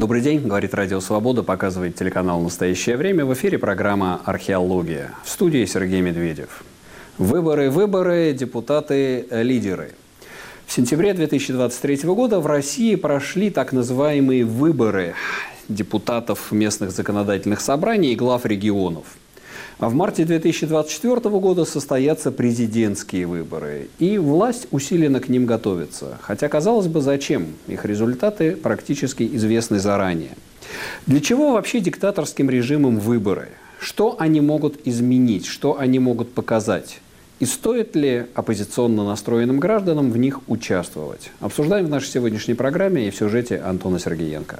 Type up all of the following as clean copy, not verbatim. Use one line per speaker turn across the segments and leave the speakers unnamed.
Добрый день, говорит Радио Свобода, показывает телеканал «Настоящее время». В эфире программа «Археология». В студии Сергей Медведев. Выборы, депутаты, лидеры. В сентябре 2023 года в России прошли так называемые выборы депутатов местных законодательных собраний и глав регионов. А в марте 2024 года состоятся президентские выборы, и власть усиленно к ним готовится. Хотя, казалось бы, зачем? Их результаты практически известны заранее. Для чего вообще диктаторским режимам выборы? Что они могут изменить? Что они могут показать? И стоит ли оппозиционно настроенным гражданам в них участвовать? Обсуждаем в нашей сегодняшней программе и в сюжете Антона Сергеенко.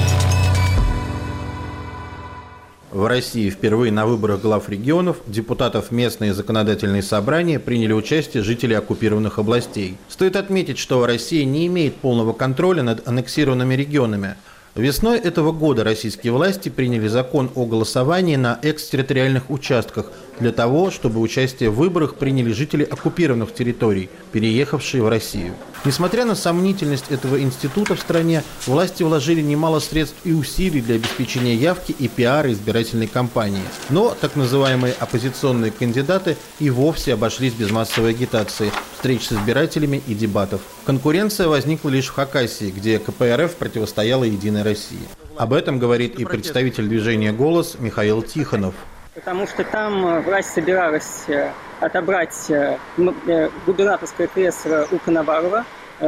В России впервые на выборах глав регионов, депутатов местные законодательные собрания приняли участие жители оккупированных областей. Стоит отметить, что Россия не имеет полного контроля над аннексированными регионами. Весной этого года российские власти приняли закон о голосовании на экстерриториальных участках для того, чтобы участие в выборах приняли жители оккупированных территорий, переехавшие в Россию. Несмотря на сомнительность этого института в стране, власти вложили немало средств и усилий для обеспечения явки и пиара избирательной кампании. Но так называемые оппозиционные кандидаты и вовсе обошлись без массовой агитации, встреч с избирателями и дебатов. Конкуренция возникла лишь в Хакасии, где КПРФ противостояла «Единой России». Об этом говорит и представитель движения «Голос» Михаил Тихонов.
Потому что там власть собиралась отобрать губернаторское кресло у Коновалова.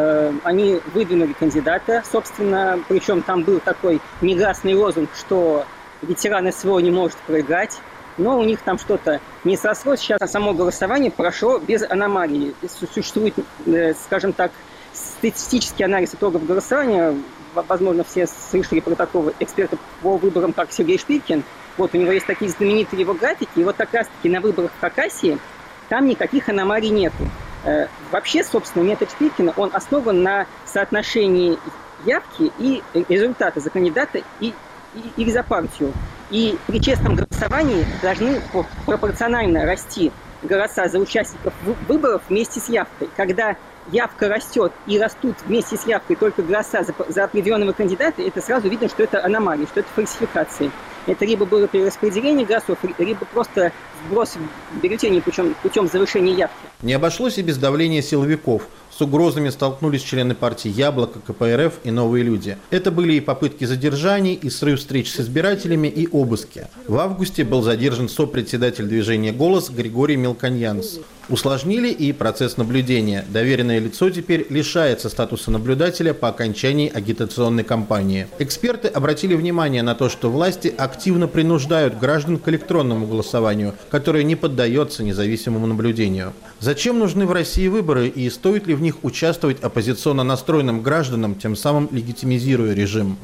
Они выдвинули кандидата, собственно, причем там был такой негласный лозунг, что ветеран СВО не может проиграть. Но у них там что-то не срослось. Сейчас само голосование прошло без аномалий. Существует, скажем так, статистический анализ итогов голосования. Возможно, все слышали про такого эксперта по выборам, как Сергей Шпилькин. Вот у него есть такие знаменитые его графики. И вот как раз-таки на выборах в Хакасии там никаких аномалий нету. Вообще, собственно, метод Шпилькина, он основан на соотношении явки и результата за кандидата или за партию. И при честном голосовании должны пропорционально расти голоса за участников выборов вместе с явкой. Когда явка растет и растут вместе с явкой только голоса за определенного кандидата, это сразу видно, что это аномалии, что это фальсификации. Это либо было перераспределение голосов, либо просто вброс в бюллетени путем завышения явки.
Не обошлось и без давления силовиков. С угрозами столкнулись члены партии «Яблоко», КПРФ и «Новые люди». Это были и попытки задержаний, и срыв встреч с избирателями, и обыски. В августе был задержан сопредседатель движения «Голос» Григорий Мелконьянс. Усложнили и процесс наблюдения. Доверенное лицо теперь лишается статуса наблюдателя по окончании агитационной кампании. Эксперты обратили внимание на то, что власти активно принуждают граждан к электронному голосованию, которое не поддается независимому наблюдению. Зачем нужны в России выборы и стоит ли в них участвовать оппозиционно настроенным гражданам, тем самым легитимизируя режим?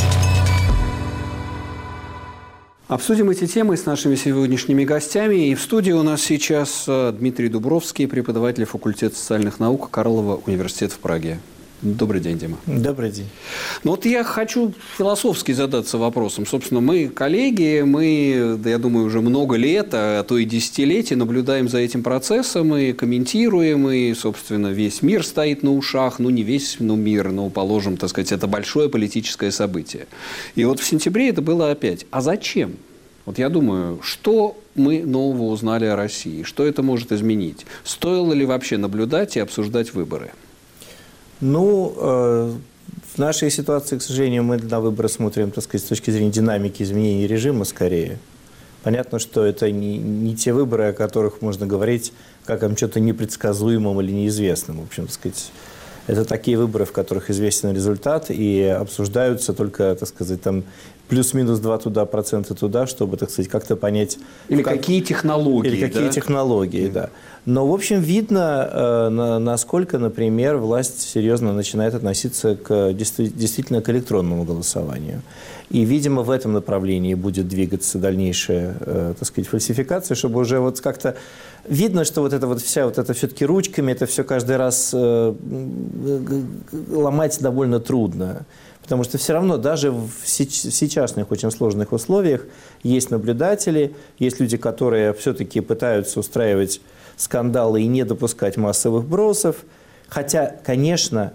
Обсудим эти темы с нашими сегодняшними гостями. И в студии у нас сейчас Дмитрий Дубровский, преподаватель факультета социальных наук Карлова университета в Праге. Добрый день, Дима.
Добрый день.
Ну вот я хочу философски задаться вопросом. Собственно, мы коллеги, я думаю, уже много лет, а то и десятилетий наблюдаем за этим процессом и комментируем, и, собственно, весь мир стоит на ушах. Ну, не весь мир, но, положим, так сказать, это большое политическое событие. И вот в сентябре это было опять. А зачем? Вот я думаю, что мы нового узнали о России? Что это может изменить? Стоило ли вообще наблюдать и обсуждать выборы?
Ну, в нашей ситуации, к сожалению, мы на выборы смотрим, так сказать, с точки зрения динамики изменений режима скорее. Понятно, что это не те выборы, о которых можно говорить как о чем-то непредсказуемом или неизвестном. В общем, так сказать, это такие выборы, в которых известен результат и обсуждаются только, так сказать, там плюс-минус 2% туда, чтобы, так сказать, как-то понять...
Или какие технологии.
Или какие технологии, да. Но, в общем, видно, насколько, например, власть серьезно начинает относиться действительно к электронному голосованию. И, видимо, в этом направлении будет двигаться дальнейшая, так сказать, фальсификация, чтобы уже вот как-то... Видно, что вот это все-таки ручками, это все каждый раз ломать довольно трудно. Потому что все равно даже в сейчасных очень сложных условиях есть наблюдатели, есть люди, которые все-таки пытаются устраивать скандалы и не допускать массовых бросов. Хотя, конечно,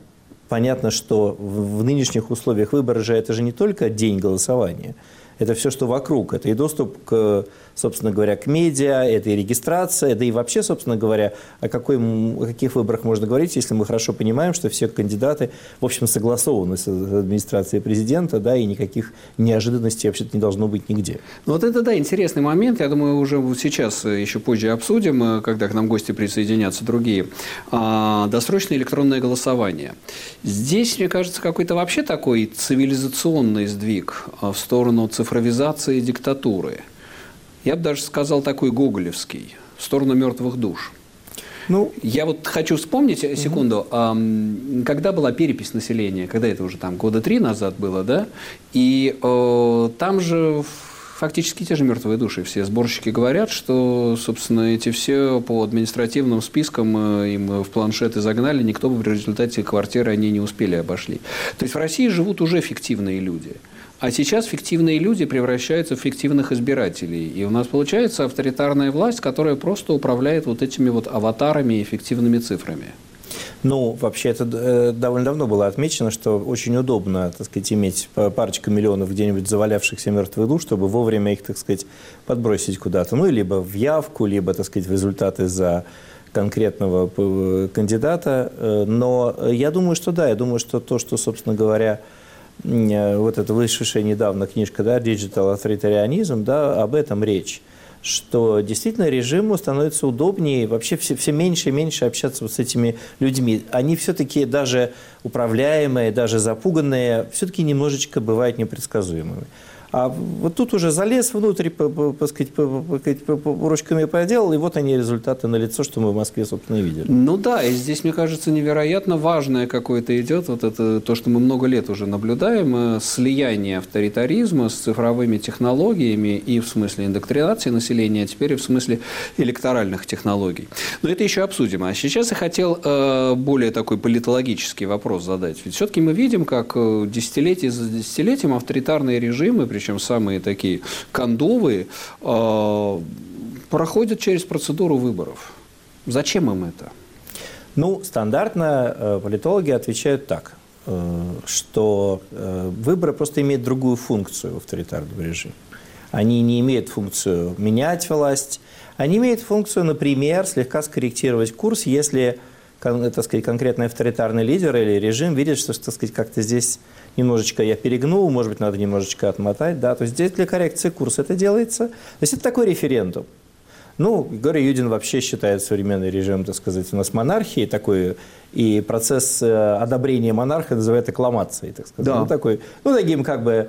понятно, что в нынешних условиях выбора же это же не только день голосования. Это все, что вокруг. Это и доступ, собственно говоря, к медиа, это и регистрация, да и вообще, собственно говоря, о каких выборах можно говорить, если мы хорошо понимаем, что все кандидаты, в общем, согласованы с администрацией президента, да, и никаких неожиданностей вообще-то не должно быть нигде.
Ну вот это, да, интересный момент. Я думаю, уже вот сейчас, еще позже обсудим, когда к нам гости присоединятся другие. Досрочное электронное голосование. Здесь, мне кажется, какой-то вообще такой цивилизационный сдвиг в сторону цифровизации диктатуры. Я бы даже сказал такой гоголевский, в сторону мертвых душ. Ну, я вот хочу вспомнить, секунду, когда была перепись населения, когда это уже там года 3 назад было, да, и там же фактически те же мертвые души. Все сборщики говорят, что, собственно, эти все по административным спискам им в планшеты загнали, никто бы в результате квартиры они не успели обошли. То есть в России живут уже фиктивные люди. А сейчас фиктивные люди превращаются в фиктивных избирателей. И у нас получается авторитарная власть, которая просто управляет вот этими вот аватарами и фиктивными цифрами.
Ну, вообще, это довольно давно было отмечено, что очень удобно, так сказать, иметь парочку миллионов где-нибудь завалявшихся мертвых душ, чтобы вовремя их, так сказать, подбросить куда-то. Ну, либо в явку, либо, так сказать, в результаты за конкретного кандидата. Но я думаю, что да, я думаю, что то, что, собственно говоря, вот эта вышедшая недавно книжка, да, «Digital Authoritarianism», да, об этом речь, что действительно режиму становится удобнее вообще все меньше и меньше общаться вот с этими людьми. Они все-таки даже управляемые, даже запуганные, все-таки немножечко бывают непредсказуемыми. А вот тут уже залез внутрь, ручками поделал, и вот они результаты налицо, что мы в Москве, собственно, и видели.
Ну да, и здесь, мне кажется, невероятно важное какое-то идет, вот это то, что мы много лет уже наблюдаем, слияние авторитаризма с цифровыми технологиями и в смысле индоктринации населения, а теперь и в смысле электоральных технологий. Но это еще обсудим. А сейчас я хотел более такой политологический вопрос задать. Ведь все-таки мы видим, как десятилетие за десятилетием авторитарные режимы, причем самые такие кондовые, проходят через процедуру выборов. Зачем им это?
Ну, стандартно политологи отвечают так, что выборы просто имеют другую функцию в авторитарном режиме. Они не имеют функцию менять власть, они имеют функцию, например, слегка скорректировать курс, если, так сказать, конкретный авторитарный лидер или режим видит, что, так сказать, как-то здесь немножечко я перегнул, может быть, надо немножечко отмотать, да, то есть здесь для коррекции курса это делается. То есть это такой референдум. Ну, Григорий Юдин вообще считает современный режим, так сказать, у нас монархией такой, и процесс одобрения монарха называют аккламацией, так сказать. Да. Ну, такой, ну, таким как бы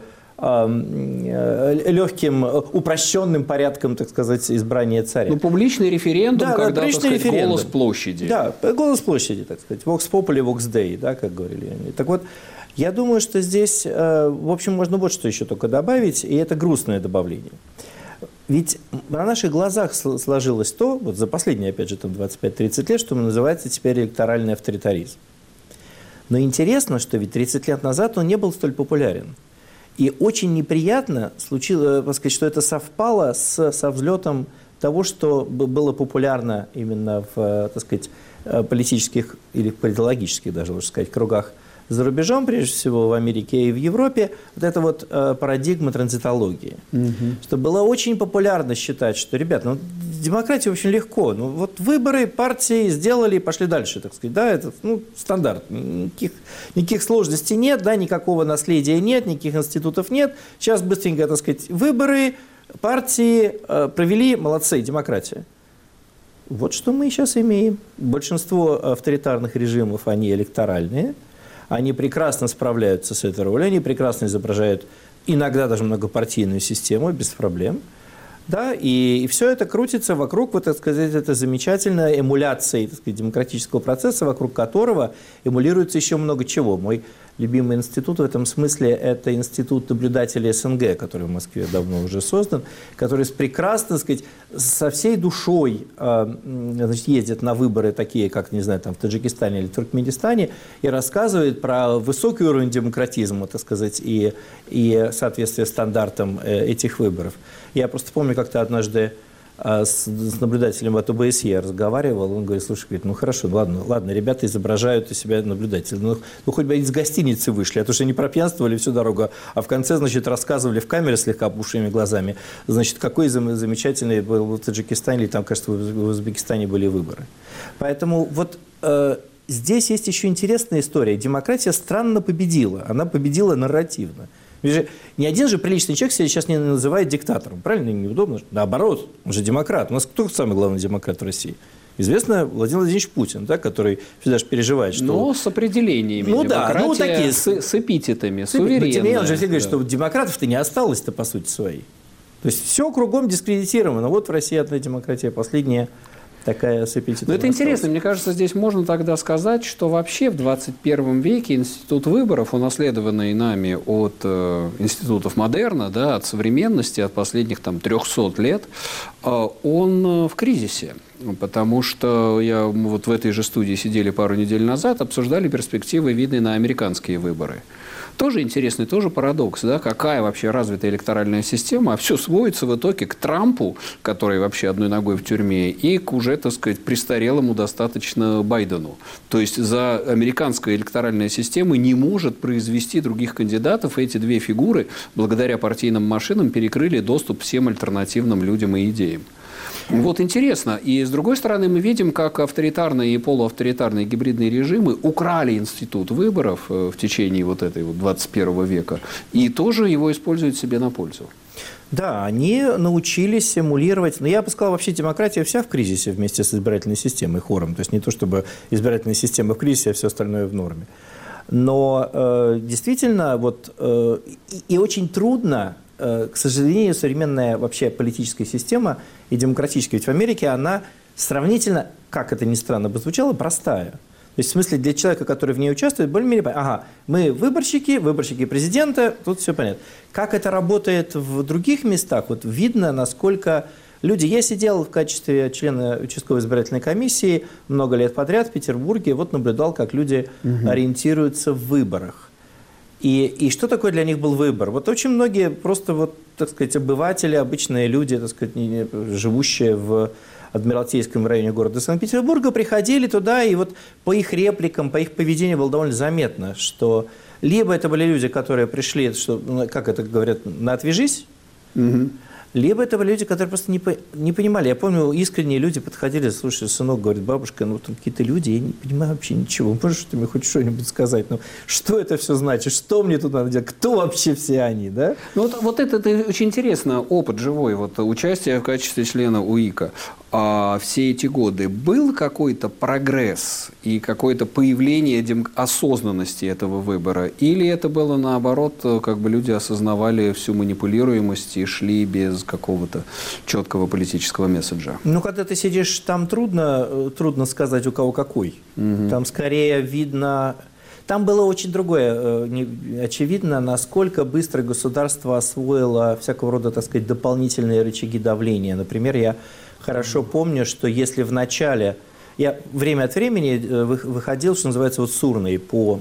легким, упрощенным порядком, так сказать, избрания царя.
Ну, публичный референдум,
да,
когда,
публичный
так сказать,
референдум.
Голос площади.
Да, голос площади, так сказать. Vox Populi, Vox Dei, да, как говорили они. Так вот, я думаю, что здесь, в общем, можно вот что еще только добавить, и это грустное добавление. Ведь на наших глазах сложилось то, вот за последние, опять же, там 25-30 лет, что называется теперь электоральный авторитаризм. Но интересно, что ведь 30 лет назад он не был столь популярен. И очень неприятно случилось, так сказать, что это совпало со взлетом того, что было популярно именно в, так сказать, политических или политологических, даже лучше сказать, кругах за рубежом, прежде всего в Америке и в Европе, вот эта вот парадигма транзитологии. Что было очень популярно считать, что, ребят, ну, демократия очень легко. Ну, вот выборы партии сделали и пошли дальше, так сказать. Да, это, ну, стандарт. Никаких сложностей нет, да, никакого наследия нет, никаких институтов нет. Сейчас быстренько, так сказать, выборы, партии провели, молодцы, демократия. Вот что мы сейчас имеем. Большинство авторитарных режимов, они электоральные. Они прекрасно справляются с этой ролью, они прекрасно изображают иногда даже многопартийную систему без проблем. Да, и все это крутится вокруг, вот, так сказать, этой замечательной эмуляции, так сказать, демократического процесса, вокруг которого эмулируется еще много чего. Мой любимый институт в этом смысле – это институт наблюдателей СНГ, который в Москве давно уже создан, который прекрасно, так сказать, со всей душой, значит, ездит на выборы такие, как, не знаю, там, в Таджикистане или Туркменистане, и рассказывает про высокий уровень демократизма, так сказать, и соответствие стандартам этих выборов. Я просто помню, как-то однажды с наблюдателем от ОБСЕ я разговаривал, он говорит, слушай, говорит, ну хорошо, ладно, ребята изображают из себя наблюдателей, ну хоть бы из гостиницы вышли, а то что они пропьянствовали всю дорогу, а в конце, значит, рассказывали в камере слегка опухшими глазами, значит, какой замечательный был в Таджикистане, или там, кажется, в Узбекистане были выборы. Поэтому вот здесь есть еще интересная история. Демократия странно победила, она победила нарративно. Ни один же приличный человек себя сейчас не называет диктатором. Правильно? Неудобно. Наоборот, он же демократ. У нас кто самый главный демократ в России? Известно Владимир Владимирович Путин, да, который всегда же переживает, что...
Но с определениями.
Ну да, ну такие...
С эпитетами, суверенные.
Он же говорит, что демократов-то не осталось-то, по сути своей. То есть все кругом дискредитировано. Вот в России одна демократия, последняя... такая с эпитетом.
Но это интересно. Мне кажется, здесь можно тогда сказать, что вообще в 21 веке институт выборов, унаследованный нами от институтов модерна, да, от современности, от последних там 300 лет, он в кризисе. Потому что мы вот в этой же студии сидели пару недель назад, обсуждали перспективы, видные на американские выборы. Тоже интересный, тоже парадокс, да, какая вообще развитая электоральная система, а все сводится в итоге к Трампу, который вообще одной ногой в тюрьме, и к уже, так сказать, престарелому достаточно Байдену. То есть за американская электоральная система не может произвести других кандидатов, и эти две фигуры, благодаря партийным машинам, перекрыли доступ всем альтернативным людям и идеям. Вот интересно. И с другой стороны, мы видим, как авторитарные и полуавторитарные гибридные режимы украли институт выборов в течение вот этой вот 21 века и тоже его используют себе на пользу.
Да, они научились симулировать, но я бы сказал, вообще демократия вся в кризисе вместе с избирательной системой, хором. То есть не то, чтобы избирательная система в кризисе, а все остальное в норме. Но действительно, вот, и очень трудно, к сожалению, современная вообще политическая система и демократическая, ведь в Америке она сравнительно, как это ни странно бы звучало, простая. То есть в смысле для человека, который в ней участвует, более-менее понятно. Ага, мы выборщики президента, тут все понятно. Как это работает в других местах, вот видно, насколько люди... Я сидел в качестве члена участковой избирательной комиссии много лет подряд в Петербурге, вот наблюдал, как люди ориентируются в выборах. И что такое для них был выбор? Вот очень многие просто, вот, так сказать, обыватели, обычные люди, так сказать, живущие в Адмиралтейском районе города Санкт-Петербурга, приходили туда, и вот по их репликам, по их поведению было довольно заметно, что либо это были люди, которые пришли, что, как это говорят, на «отвяжись», либо это были люди, которые просто не понимали. Я помню, искренние люди подходили, слушай, сынок, говорит, бабушка, ну там какие-то люди, я не понимаю вообще ничего. Можешь ты мне хоть что-нибудь сказать? Ну, что это все значит? Что мне тут надо делать? Кто вообще все они, да?
Ну, вот это очень интересно, опыт живой, вот участие в качестве члена УИКа. А все эти годы был какой-то прогресс и какое-то появление осознанности этого выбора? Или это было наоборот, как бы люди осознавали всю манипулируемость и шли без какого-то четкого политического месседжа?
Ну, когда ты сидишь там, трудно сказать, у кого какой. Там скорее видно... Там было очень другое. Очевидно, насколько быстро государство освоило всякого рода, так сказать, дополнительные рычаги давления. Например, я хорошо помню, что если в начале... Я время от времени выходил, что называется, вот с урной по,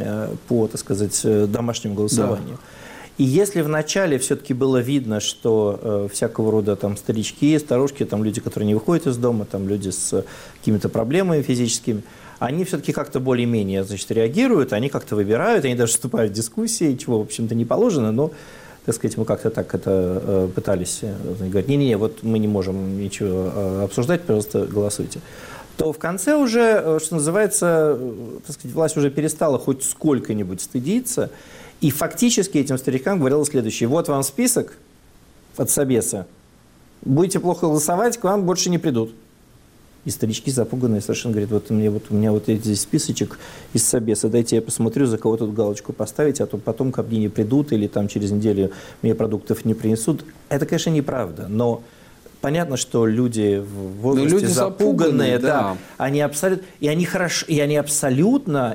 так сказать, домашнему голосованию. Да. И если в начале все-таки было видно, что всякого рода там старички, старушки, там люди, которые не выходят из дома, там люди с какими-то проблемами физическими, они все-таки как-то более-менее, значит, реагируют, они как-то выбирают, они даже вступают в дискуссии, чего, в общем-то, не положено, но, так сказать, мы как-то так это пытались говорить, не-не-не, вот мы не можем ничего обсуждать, просто голосуйте. То в конце уже, что называется, так сказать, власть уже перестала хоть сколько-нибудь стыдиться, и фактически этим старикам говорило следующее: вот вам список от Собеса, будете плохо голосовать, к вам больше не придут. И старички запуганные совершенно говорят, вот у меня вот здесь списочек из Собеса, дайте я посмотрю, за кого тут галочку поставить, а то потом ко мне не придут или там через неделю мне продуктов не принесут. Это, конечно, неправда, но понятно, что люди в возрасте люди запуганные, да, они абсолютно, и они абсолютно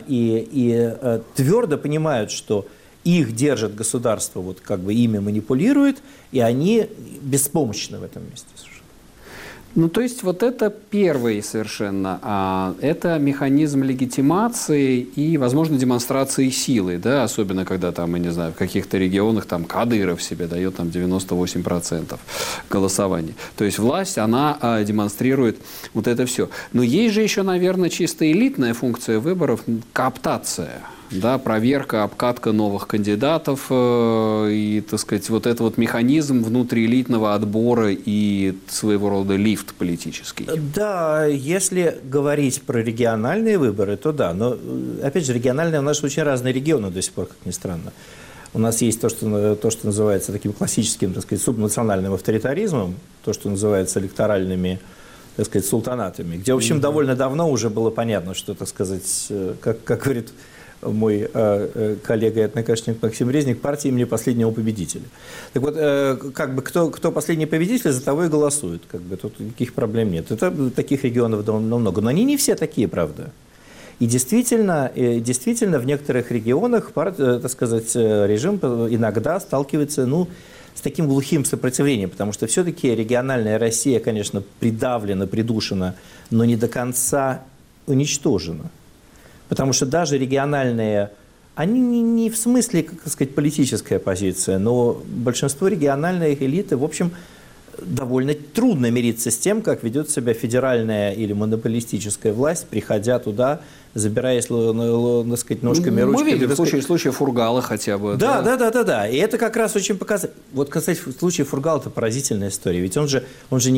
твердо понимают, что их держит государство, вот как бы ими манипулирует, и они беспомощны в этом месте.
Ну, то есть вот это первый совершенно, это механизм легитимации и, возможно, демонстрации силы, да, особенно когда там, я не знаю, в каких-то регионах там Кадыров себе дает там 98% голосования. То есть власть, она демонстрирует вот это все. Но есть же еще, наверное, чисто элитная функция выборов – кооптация. Да, проверка, обкатка новых кандидатов и, так сказать, вот это вот механизм внутриэлитного отбора и своего рода лифт политический.
Да, если говорить про региональные выборы, то да. Но, опять же, региональные у нас очень разные регионы до сих пор, как ни странно. У нас есть то, что называется таким классическим, так сказать, субнациональным авторитаризмом, то, что называется электоральными, так сказать, султанатами, где, в общем, довольно давно уже было понятно, что, так сказать, как говорит мой коллега и однокашник Максим Резник, партия имени последнего победителя. Так вот, как бы кто последний победитель, за того и голосует. Как бы тут никаких проблем нет. Это таких регионов довольно много. Но они не все такие, правда. И действительно в некоторых регионах, так сказать, режим иногда сталкивается, с таким глухим сопротивлением, потому что все-таки региональная Россия, конечно, придавлена, придушена, но не до конца уничтожена. Потому что даже региональные, они не в смысле, как сказать, политическая позиция, но большинство региональных элиты, в общем, довольно трудно мириться с тем, как ведет себя федеральная или монополистическая власть, приходя туда, забираясь, так сказать, ножками, ручками.
Мы видели в случае Фургала хотя бы.
Да. И это как раз очень показательно. Вот, кстати, в случае Фургала это поразительная история. Ведь он же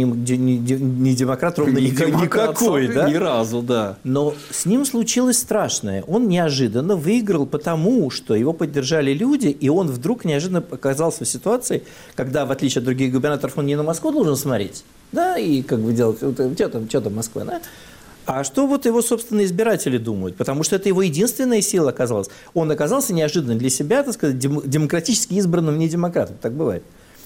не демократ ровно никакой, да?
Ни разу, да.
Но с ним случилось страшное. Он неожиданно выиграл потому, что его поддержали люди, и он вдруг неожиданно оказался в ситуации, когда, в отличие от других губернаторов, он не на Москву должен смотреть, да, и как бы делать, что там Москва, да? А что вот его собственные избиратели думают? Потому что это его единственная сила оказалась. Он оказался неожиданно для себя, так сказать, демократически избранным недемократом. Так бывает.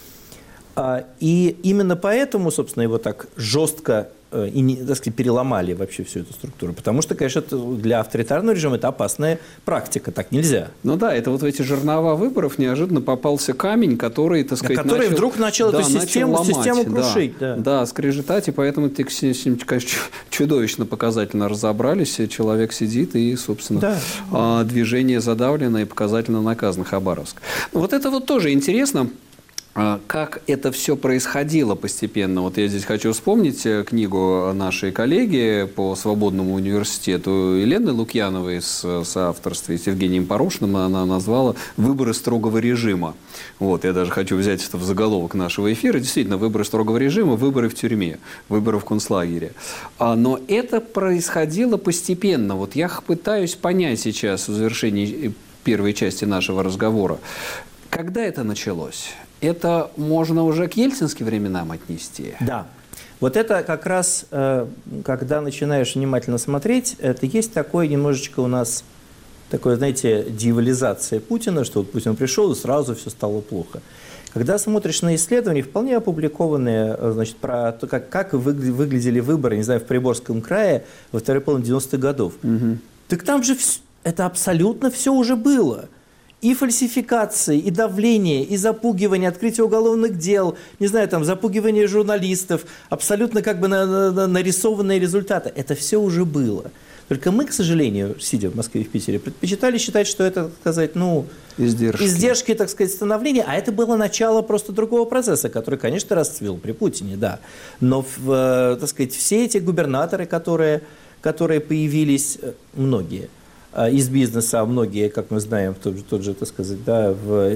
И именно поэтому, собственно, его так жестко так сказать, переломали вообще всю эту структуру. Потому что, конечно, для авторитарного режима это опасная практика. Так нельзя.
Ну да, это вот в эти жернова выборов неожиданно попался камень, который, так сказать,
который вдруг начал эту систему крушить.
Да, скрежетать, и поэтому с ним, конечно, чудовищно показательно разобрались. Человек сидит, и, собственно, движение задавлено и показательно наказано. Хабаровск. Вот это вот тоже интересно. Как это все происходило постепенно. Вот я здесь хочу вспомнить книгу нашей коллеги по Свободному университету Елены Лукьяновой в соавторстве с Евгением Порошиным. Она назвала «Выборы строгого режима». Вот, я даже хочу взять это в заголовок нашего эфира. Действительно, выборы строгого режима, выборы в тюрьме, выборы в концлагере. Но это происходило постепенно. Вот я пытаюсь понять сейчас в завершении первой части нашего разговора, когда это началось? Это можно уже к ельцинским временам отнести?
Да. Вот это как раз, когда начинаешь внимательно смотреть, это есть такое немножечко у нас, такое, знаете, дьяволизация Путина, что вот Путин пришел и сразу все стало плохо. Когда смотришь на исследования, вполне опубликованные, значит, про то, как выглядели выборы, не знаю, в Приморском крае во второй половине 90-х годов, так там же это абсолютно все уже было. И фальсификации, и давление, и запугивание, открытие уголовных дел, не знаю, там, запугивание журналистов, абсолютно как бы нарисованные результаты. Это все уже было. Только мы, к сожалению, сидя в Москве и в Питере, предпочитали считать, что это, так сказать, издержки, так сказать, становления, а это было начало просто другого процесса, который, конечно, расцвел при Путине, да. Но, так сказать, все эти губернаторы, которые появились, многие, из бизнеса, а многие, как мы знаем, тот же, так сказать, да,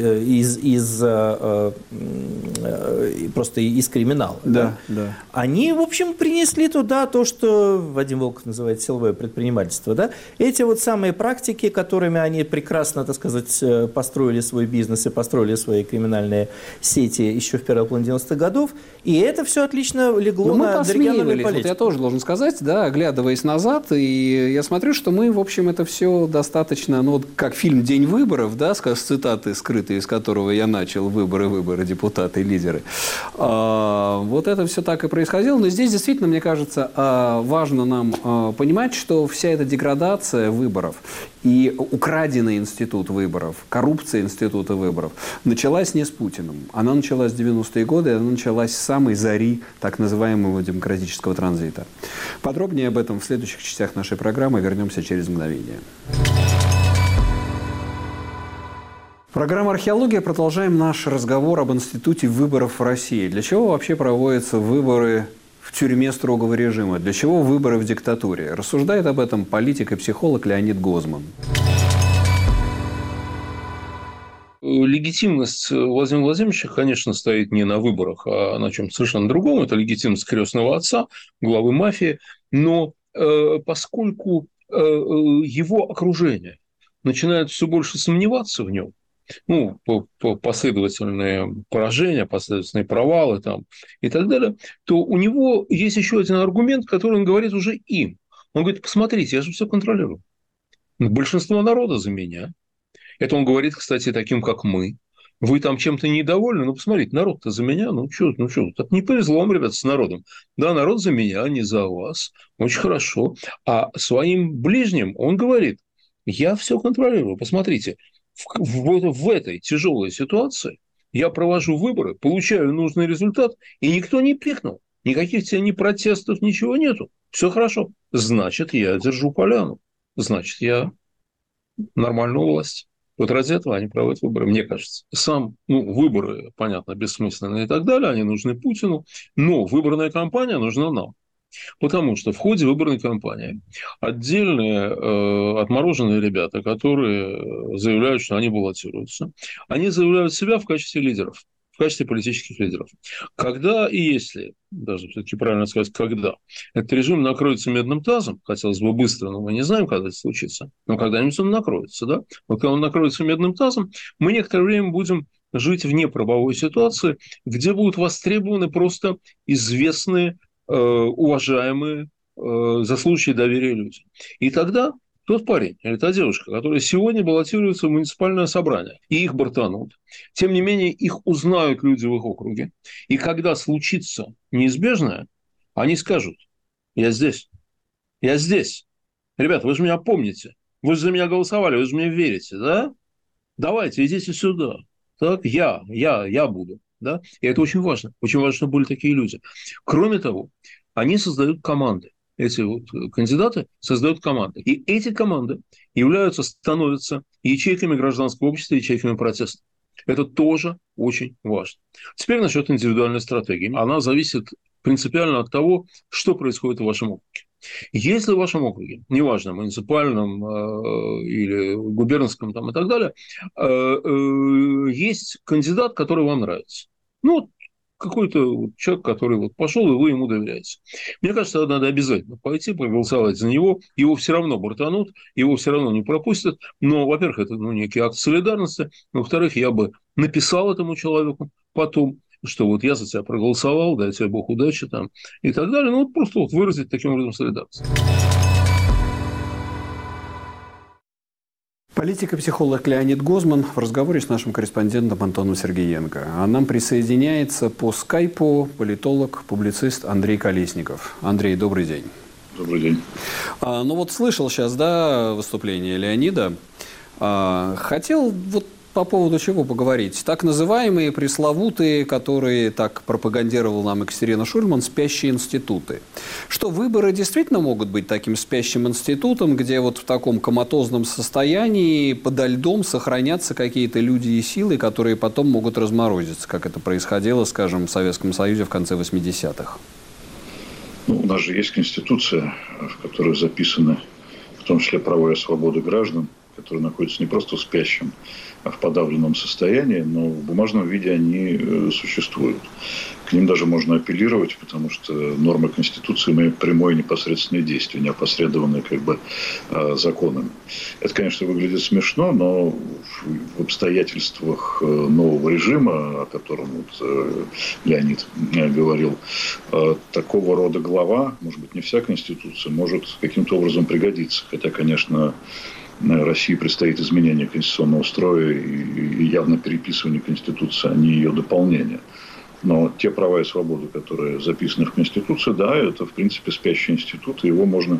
просто из криминала.
Да.
Они, в общем, принесли туда то, что Вадим Волков называет силовое предпринимательство. Да? Эти вот самые практики, которыми они прекрасно, так сказать, построили свой бизнес и построили свои криминальные сети еще в первой половине 90-х годов, и это все отлично легло на региональную политику. Вот
я тоже должен сказать, да, оглядываясь назад, и я смотрю, что мы, в общем, это все достаточно, как фильм «День выборов», да, с цитаты, скрытые из которого я начал: выборы, депутаты, лидеры. Вот это все так и происходило. Но здесь действительно, мне кажется, важно нам понимать, что вся эта деградация выборов и украденный институт выборов, коррупция института выборов началась не с Путиным. Она началась в 90-е годы, она началась с самой зари так называемого демократического транзита. Подробнее об этом в следующих частях нашей программы. Вернемся через мгновение. Программа «Археология». Продолжаем наш разговор об институте выборов в России. Для чего вообще проводятся выборы в тюрьме строгого режима? Для чего выборы в диктатуре? Рассуждает об этом политик и психолог Леонид Гозман.
Легитимность Владимира Владимировича, конечно, стоит не на выборах, а на чем-то совершенно другом. Это легитимность крестного отца, главы мафии. Но поскольку его окружение начинает все больше сомневаться в нем, последовательные поражения, последовательные провалы там, и так далее, то у него есть еще один аргумент, который он говорит уже им. Он говорит: посмотрите, я же все контролирую. Большинство народа за меня. Это он говорит, кстати, таким, как мы. Вы там чем-то недовольны? Ну, посмотрите, народ-то за меня. Ну, что, так не повезло вам, ребята, с народом. Да, народ за меня, не за вас. Очень хорошо. А своим ближним он говорит: я все контролирую. Посмотрите, в этой тяжелой ситуации я провожу выборы, получаю нужный результат, и никто не пикнул. Никаких тебе ни протестов, ничего нету. Все хорошо. Значит, я держу поляну. Значит, я нормальную власть. Вот ради этого они проводят выборы, мне кажется. Выборы, понятно, бессмысленные и так далее, они нужны Путину, но выборная кампания нужна нам. Потому что в ходе выборной кампании отдельные отмороженные ребята, которые заявляют, что они баллотируются, они заявляют себя в качестве лидеров, в качестве политических лидеров. Когда и если, даже все-таки правильно сказать, когда этот режим накроется медным тазом, хотелось бы быстро, но мы не знаем, когда это случится, но когда-нибудь он накроется, да? Вот когда он накроется медным тазом, мы некоторое время будем жить в неправовой ситуации, где будут востребованы просто известные, уважаемые, заслуживающие доверия люди. И тогда тот парень или та девушка, которая сегодня баллотируется в муниципальное собрание, и их бортанут, тем не менее их узнают люди в их округе. И когда случится неизбежное, они скажут: я здесь, я здесь. Ребята, вы же меня помните, вы же за меня голосовали, вы же мне верите, да? Давайте, идите сюда. Так, я буду. Да? И это очень важно. Очень важно, чтобы были такие люди. Кроме того, они создают команды. Эти вот кандидаты создают команды. И эти команды становятся ячейками гражданского общества, ячейками протеста. Это тоже очень важно. Теперь насчет индивидуальной стратегии. Она зависит принципиально от того, что происходит в вашем округе. Если в вашем округе, неважно, муниципальном или губернском там, и так далее, есть кандидат, который вам нравится. Какой-то человек, который пошел, и вы ему доверяете. Мне кажется, надо обязательно пойти, проголосовать за него. Его все равно бортанут, его все равно не пропустят. Но, во-первых, это некий акт солидарности. Во-вторых, я бы написал этому человеку потом, что вот я за тебя проголосовал, дай тебе Бог удачи там, и так далее. Просто выразить таким образом солидарность.
Политик и психолог Леонид Гозман в разговоре с нашим корреспондентом Антоном Сергеенко. А нам присоединяется по скайпу политолог, публицист Андрей Колесников. Андрей, добрый день.
Добрый день.
Слышал сейчас, выступление Леонида. Хотел по поводу чего поговорить. Так называемые пресловутые, которые так пропагандировал нам Екатерина Шульман, спящие институты. Что выборы действительно могут быть таким спящим институтом, где в таком коматозном состоянии подо льдом сохранятся какие-то люди и силы, которые потом могут разморозиться, как это происходило, скажем, в Советском Союзе в конце 80-х?
У нас же есть Конституция, в которой записаны в том числе права и свободы граждан, которые находятся не просто в спящем, а в подавленном состоянии, но в бумажном виде они существуют. К ним даже можно апеллировать, потому что нормы Конституции имеют прямое непосредственное действие, не опосредованное законами. Это, конечно, выглядит смешно, но в обстоятельствах нового режима, о котором Леонид говорил, такого рода глава, может быть, не вся Конституция, может каким-то образом пригодиться. Хотя, конечно, России предстоит изменение конституционного строя и явно переписывание Конституции, а не ее дополнение. Но те права и свободы, которые записаны в Конституции, это, в принципе, спящий институт, и его можно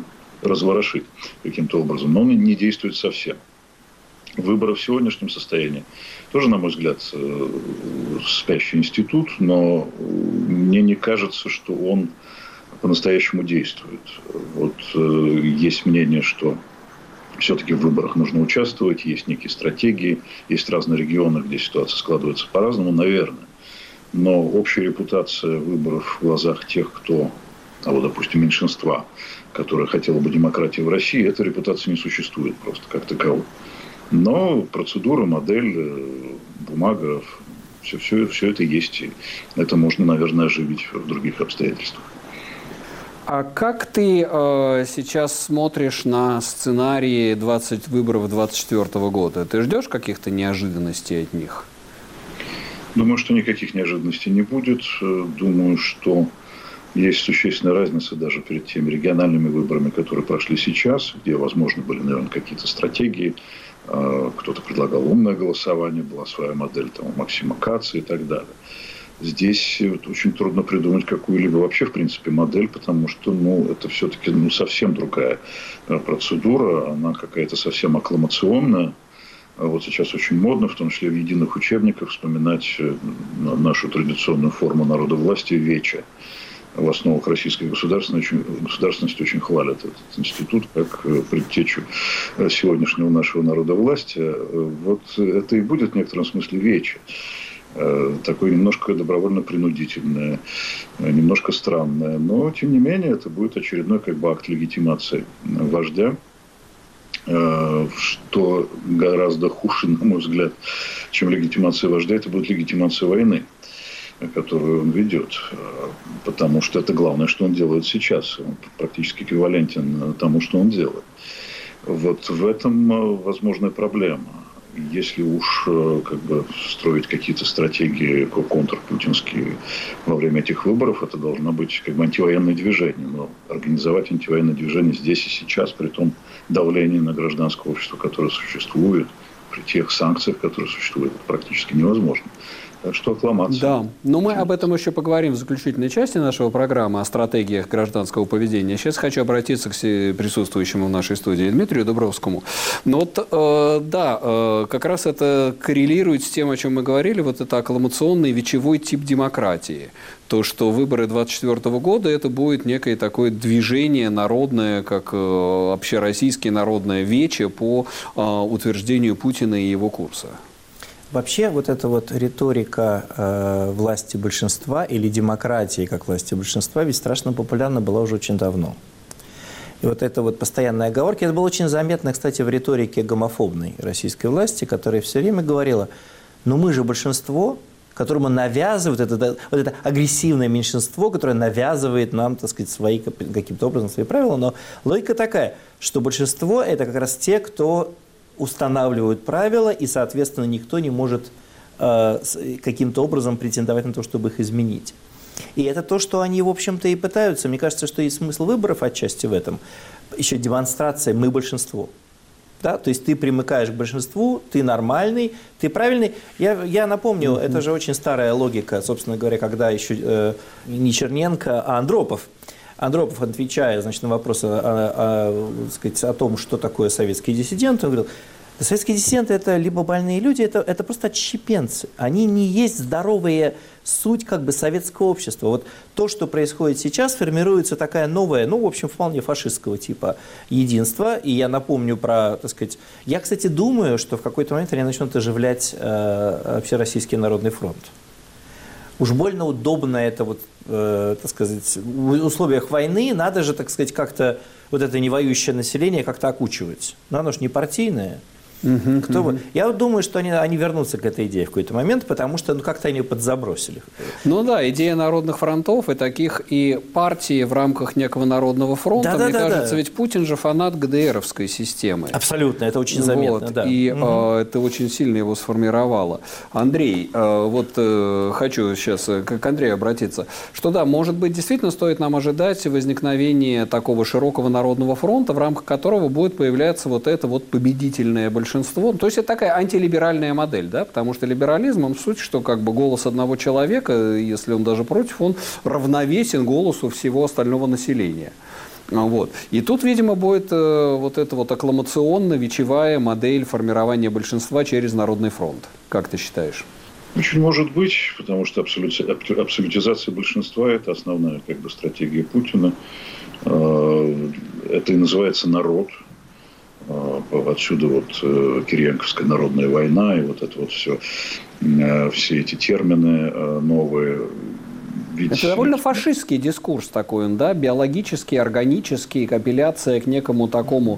разворошить каким-то образом. Но он не действует совсем. Выборы в сегодняшнем состоянии тоже, на мой взгляд, спящий институт, но мне не кажется, что он по-настоящему действует. Вот есть мнение, что все-таки в выборах нужно участвовать, есть некие стратегии, есть разные регионы, где ситуация складывается по-разному, наверное. Но общая репутация выборов в глазах тех, кто, допустим, меньшинства, которое хотело бы демократии в России, эта репутация не существует просто как таковой. Но процедура, модель, бумага, все это есть. И это можно, наверное, оживить в других обстоятельствах.
А как ты сейчас смотришь на сценарии выборов 2024 года? Ты ждешь каких-то неожиданностей от них?
Думаю, что никаких неожиданностей не будет. Думаю, что есть существенная разница даже перед теми региональными выборами, которые прошли сейчас, где, возможно, были, наверное, какие-то стратегии. Кто-то предлагал умное голосование, была своя модель там, у Максима Каца и так далее. Здесь очень трудно придумать какую-либо вообще, в принципе, модель, потому что это все-таки совсем другая процедура, она какая-то совсем аккламационная. Вот сейчас очень модно, в том числе в единых учебниках, вспоминать нашу традиционную форму народовластия вече. В основах российской государственности очень хвалят этот институт как предтечу сегодняшнего нашего народовластия. Вот это и будет в некотором смысле вече. Такое немножко добровольно-принудительное, немножко странное. Но, тем не менее, это будет очередной акт легитимации вождя, что гораздо хуже, на мой взгляд, чем легитимация вождя, это будет легитимация войны, которую он ведет. Потому что это главное, что он делает сейчас. Он практически эквивалентен тому, что он делает. Вот в этом возможная проблема. Если уж строить какие-то стратегии контрпутинские во время этих выборов, это должно быть антивоенное движение. Но организовать антивоенное движение здесь и сейчас, при том давлении на гражданское общество, которое существует, при тех санкциях, которые существуют, это практически невозможно. Так что аккламация.
Да, но мы об этом еще поговорим в заключительной части нашего программы о стратегиях гражданского поведения. Сейчас хочу обратиться к присутствующему в нашей студии Дмитрию Дубровскому. Как раз это коррелирует с тем, о чем мы говорили, вот это аккламационный вечевой тип демократии. То, что выборы 2024 года, это будет некое такое движение народное, как общероссийское народное вече по утверждению Путина и его курса.
Вообще вот эта вот риторика власти большинства или демократии как власти большинства ведь страшно популярна была уже очень давно. И вот эта вот постоянная оговорка, это было очень заметно, кстати, в риторике гомофобной российской власти, которая все время говорила, мы же большинство, которому навязывают, это агрессивное меньшинство, которое навязывает нам, так сказать, каким-то образом свои правила, но логика такая, что большинство – это как раз те, кто устанавливают правила, и, соответственно, никто не может каким-то образом претендовать на то, чтобы их изменить. И это то, что они, в общем-то, и пытаются. Мне кажется, что есть смысл выборов отчасти в этом. Еще демонстрация «мы большинство». Да? То есть ты примыкаешь к большинству, ты нормальный, ты правильный. Я напомню, это же очень старая логика, собственно говоря, когда еще не Черненко, а Андропов. Андропов, отвечая, на вопросы о том, что такое советские диссиденты, он говорил, советские диссиденты – это либо больные люди, это просто отщепенцы. Они не есть здоровая суть советского общества. Вот то, что происходит сейчас, формируется такая новая, в общем, вполне фашистского типа единства. И я напомню про, я, кстати, думаю, что в какой-то момент они начнут оживлять Общероссийский народный фронт. Уж больно удобно это в условиях войны, надо же, как-то вот это невоюющее население как-то окучивать. Но оно же не партийное. Я думаю, что они вернутся к этой идее в какой-то момент, потому что как-то они ее подзабросили.
Идея народных фронтов и таких и партий в рамках некого народного фронта, мне кажется, ведь Путин же фанат ГДРовской системы.
Абсолютно, это очень заметно. Да.
И это очень сильно его сформировало. Андрей, хочу сейчас к Андрею обратиться, что может быть, действительно стоит нам ожидать возникновения такого широкого народного фронта, в рамках которого будет появляться это победительное большинство. То есть это такая антилиберальная модель, да, потому что либерализм, он в сути, что голос одного человека, если он даже против, он равновесен голосу всего остального населения. Вот. И тут, видимо, будет вот эта вот аккламационно-вечевая модель формирования большинства через Народный фронт. Как ты считаешь?
Очень может быть, потому что абсолютизация большинства – это основная стратегия Путина. Это и называется народ. Отсюда Кириенковская народная война и это все эти термины новые.
Это довольно фашистский дискурс такой, да, биологический, органический, апелляция к некому такому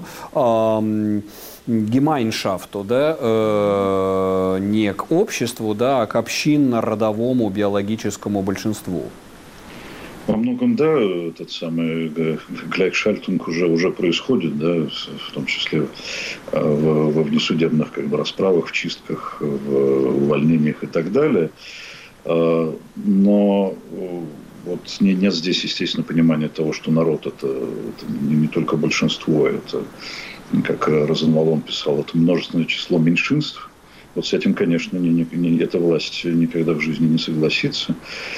гемайншафту, да, не к обществу, да, а к общинно-родовому биологическому большинству.
Во многом, да, этот самый Gleichschaltung уже происходит, да, в том числе во внесудебных расправах, в чистках, в увольнениях и так далее. Но нет здесь, естественно, понимания того, что народ это не только большинство, это, как Розенвалон писал, это множественное число меньшинств. С этим, конечно, эта власть никогда в жизни не согласится.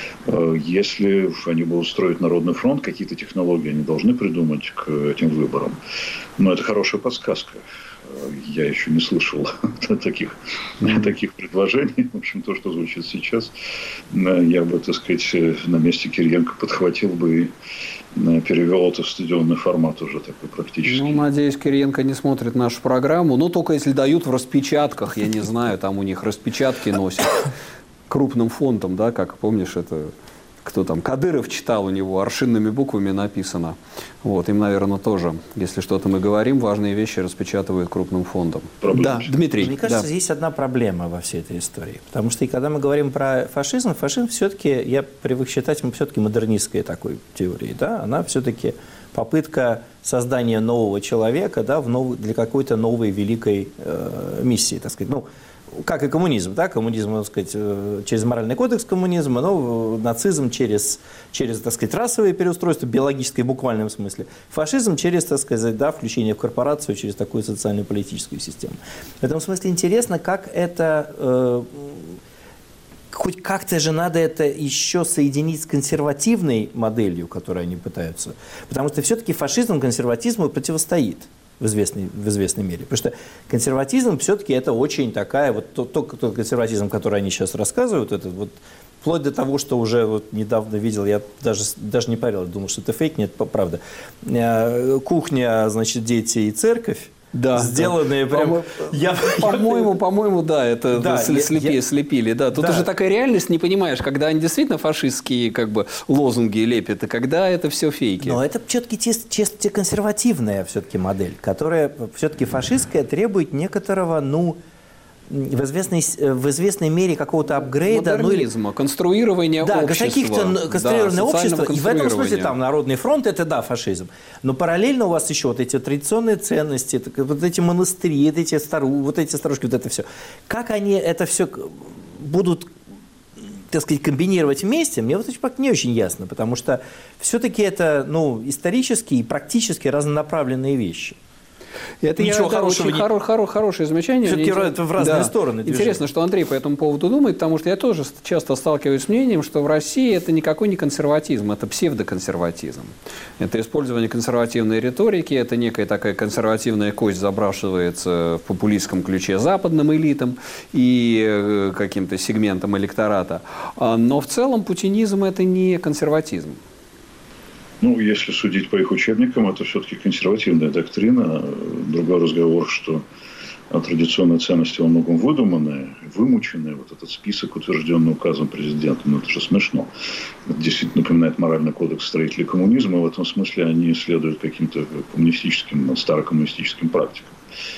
Если они будут строить Народный фронт, какие-то технологии они должны придумать к этим выборам. Но это хорошая подсказка. Я еще не слышал таких предложений. В общем, то, что звучит сейчас, я бы, на месте Кириенко подхватил бы и перевел это в стадионный формат уже такой практически.
Надеюсь, Кириенко не смотрит нашу программу. Только если дают в распечатках, я не знаю, там у них распечатки носят крупным фонтом, да, как помнишь, это кто там, Кадыров читал, у него аршинными буквами написано. Им, наверное, тоже, если что-то мы говорим, важные вещи распечатывают крупным фондом. Да, Дмитрий.
Мне кажется, есть одна проблема во всей этой истории. Потому что, когда мы говорим про фашизм все-таки, я привык считать, все-таки модернистской такой теорией, да, она все-таки попытка создания нового человека, да, для какой-то новой великой миссии, так сказать. Как и коммунизм, да, коммунизм, так сказать, через моральный кодекс коммунизма, нацизм через, так сказать, расовое переустройство, биологическое в буквальном смысле, фашизм через, так сказать, да, включение в корпорацию, через такую социально-политическую систему. В этом смысле интересно, как это, хоть как-то же надо это еще соединить с консервативной моделью, которую они пытаются, потому что все-таки фашизм консерватизму противостоит. В известной мере. Потому что консерватизм все-таки это очень такая, тот консерватизм, который они сейчас рассказывают, это вплоть до того, что уже недавно видел, я даже не поверил, думал, что это фейк, нет, правда. Кухня, значит, дети и церковь. Да, сделанные прямо.
По-моему, да, это слепили. Да. Тут уже такая реальность, не понимаешь, когда они действительно фашистские лозунги лепят, и когда это все фейки.
Но это все-таки чисто консервативная все-таки модель, которая все-таки фашистская, требует некоторого, в известной мере какого-то апгрейда.
Модернизма, конструирования общества.
Каких-то конструирования общества. И в этом смысле там Народный фронт – это, да, фашизм. Но параллельно у вас еще эти традиционные ценности, эти монастыри, эти старушки, это все. Как они это все будут, так сказать, комбинировать вместе, мне не очень ясно. Потому что все-таки это исторические и практически разнонаправленные вещи.
Это очень хорошее замечание.
Все-таки в разные стороны движения.
Интересно, что Андрей по этому поводу думает, потому что я тоже часто сталкиваюсь с мнением, что в России это никакой не консерватизм, это псевдоконсерватизм. Это использование консервативной риторики, это некая такая консервативная кость забрасывается в популистском ключе западным элитам и каким-то сегментам электората. Но в целом путинизм – это не консерватизм.
Если судить по их учебникам, это все-таки консервативная доктрина. Другой разговор, что традиционные ценности во многом выдуманные, вымученные. Этот список, утвержденный указом президента, это же смешно. Это действительно напоминает моральный кодекс строителей коммунизма. В этом смысле они следуют каким-то коммунистическим, старокоммунистическим практикам.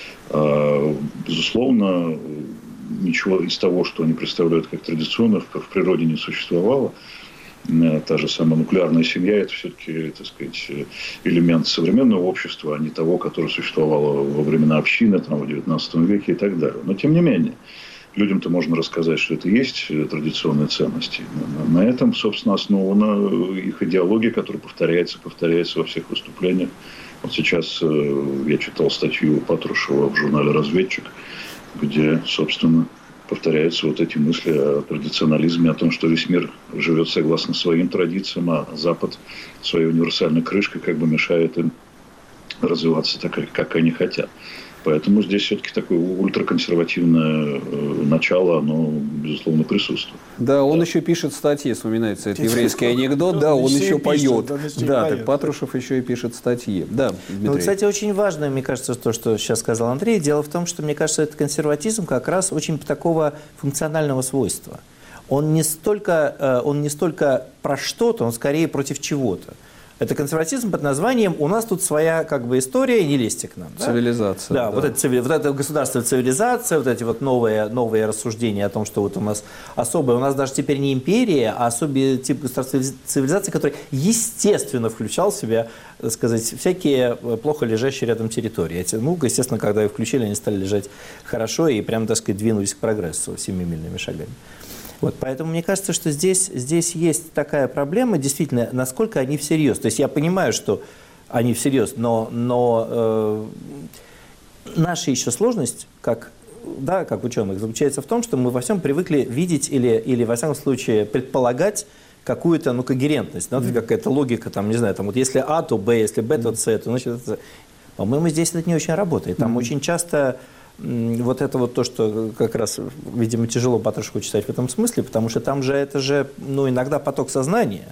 Безусловно, ничего из того, что они представляют как традиционно, в природе не существовало. Та же самая нуклеарная семья – это все-таки, так сказать, элемент современного общества, а не того, которое существовало во времена общины, в XIX веке и так далее. Но, тем не менее, людям-то можно рассказать, что это и есть традиционные ценности. На этом, собственно, основана их идеология, которая повторяется во всех выступлениях. Сейчас я читал статью Патрушева в журнале «Разведчик», где, собственно, повторяются вот эти мысли о традиционализме, о том, что весь мир живет согласно своим традициям, а Запад своей универсальной крышкой как бы мешает им развиваться так, как они хотят. Поэтому здесь все-таки такое ультраконсервативное начало, оно, безусловно, присутствует.
Да, он еще пишет статьи, вспоминается этот еврейский анекдот, да, он еще поет. Да, так Патрушев еще и пишет статьи. Да, Дмитрий.
Ну, кстати, очень важно, мне кажется, то, что сейчас сказал Андрей. Дело в том, что, мне кажется, этот консерватизм как раз очень такого функционального свойства. Он не столько про что-то, он скорее против чего-то. Это консерватизм под названием «У нас тут своя как бы история, не лезьте к нам». Да?
Цивилизация.
Да, вот это государственная цивилизация, вот эти вот новые рассуждения о том, что вот у нас особое, у нас даже теперь не империя, а особый тип государственной цивилизации, который, естественно, включал в себя, так сказать, всякие плохо лежащие рядом территории. Ну, естественно, когда их включили, они стали лежать хорошо и прямо, так сказать, двинулись к прогрессу семимильными шагами. Вот, поэтому мне кажется, что здесь есть такая проблема, действительно, насколько они всерьез. То есть я понимаю, что они всерьез, но наша еще сложность, как ученых, заключается в том, что мы во всем привыкли видеть или во всяком случае, предполагать какую-то когерентность, какая-то логика, там, не знаю, там, вот если А, то Б, если Б, то С, то значит это С. По-моему, здесь это не очень работает. Там очень часто... Вот это вот то, что как раз, видимо, тяжело Патрушеву читать в этом смысле, потому что там же это же, иногда поток сознания,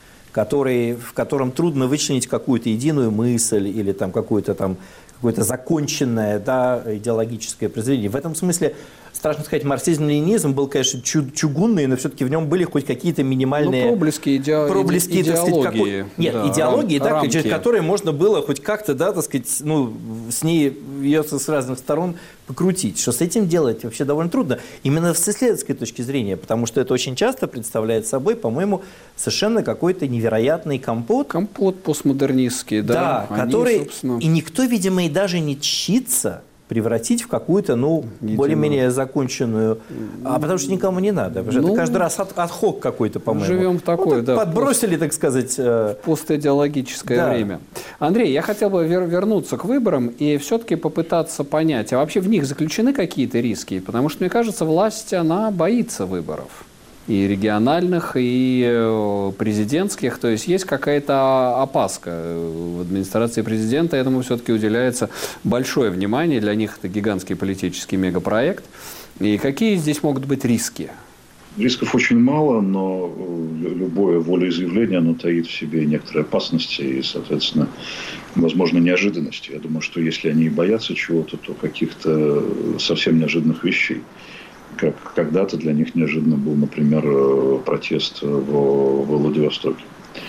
в котором трудно вычленить какую-то единую мысль или там какое-то законченное, да, идеологическое произведение. В этом смысле, страшно сказать, марксизм-ленинизм был, конечно, чугунный, но все-таки в нем были хоть какие-то минимальные...
проблески идеологии.
Идеологии, да, через которые можно было хоть как-то, да, так сказать, с ней ее с разных сторон покрутить. Что с этим делать вообще довольно трудно. Именно с исследовательской точки зрения, потому что это очень часто представляет собой, по-моему, совершенно какой-то невероятный компот.
Компот постмодернистский, да.
Да, который... Собственно... И никто, видимо, и даже не чтится превратить в какую-то, более-менее законченную, потому что никому не надо. Это каждый раз отхок какой-то, по-моему.
Живем в такое, да.
Подбросили, так сказать.
Постидеологическое время. Андрей, я хотел бы вернуться к выборам и все-таки попытаться понять, а вообще в них заключены какие-то риски? Потому что, мне кажется, власть, она боится выборов. И региональных, и президентских. То есть есть какая-то опаска. В администрации президента этому все-таки уделяется большое внимание. Для них это гигантский политический мегапроект. И какие здесь могут быть риски?
Рисков очень мало, но любое волеизъявление, оно таит в себе некоторые опасности и, соответственно, возможно, неожиданности. Я думаю, что если они боятся чего-то, то каких-то совсем неожиданных вещей. Как когда-то для них неожиданно был, например, протест в Владивостоке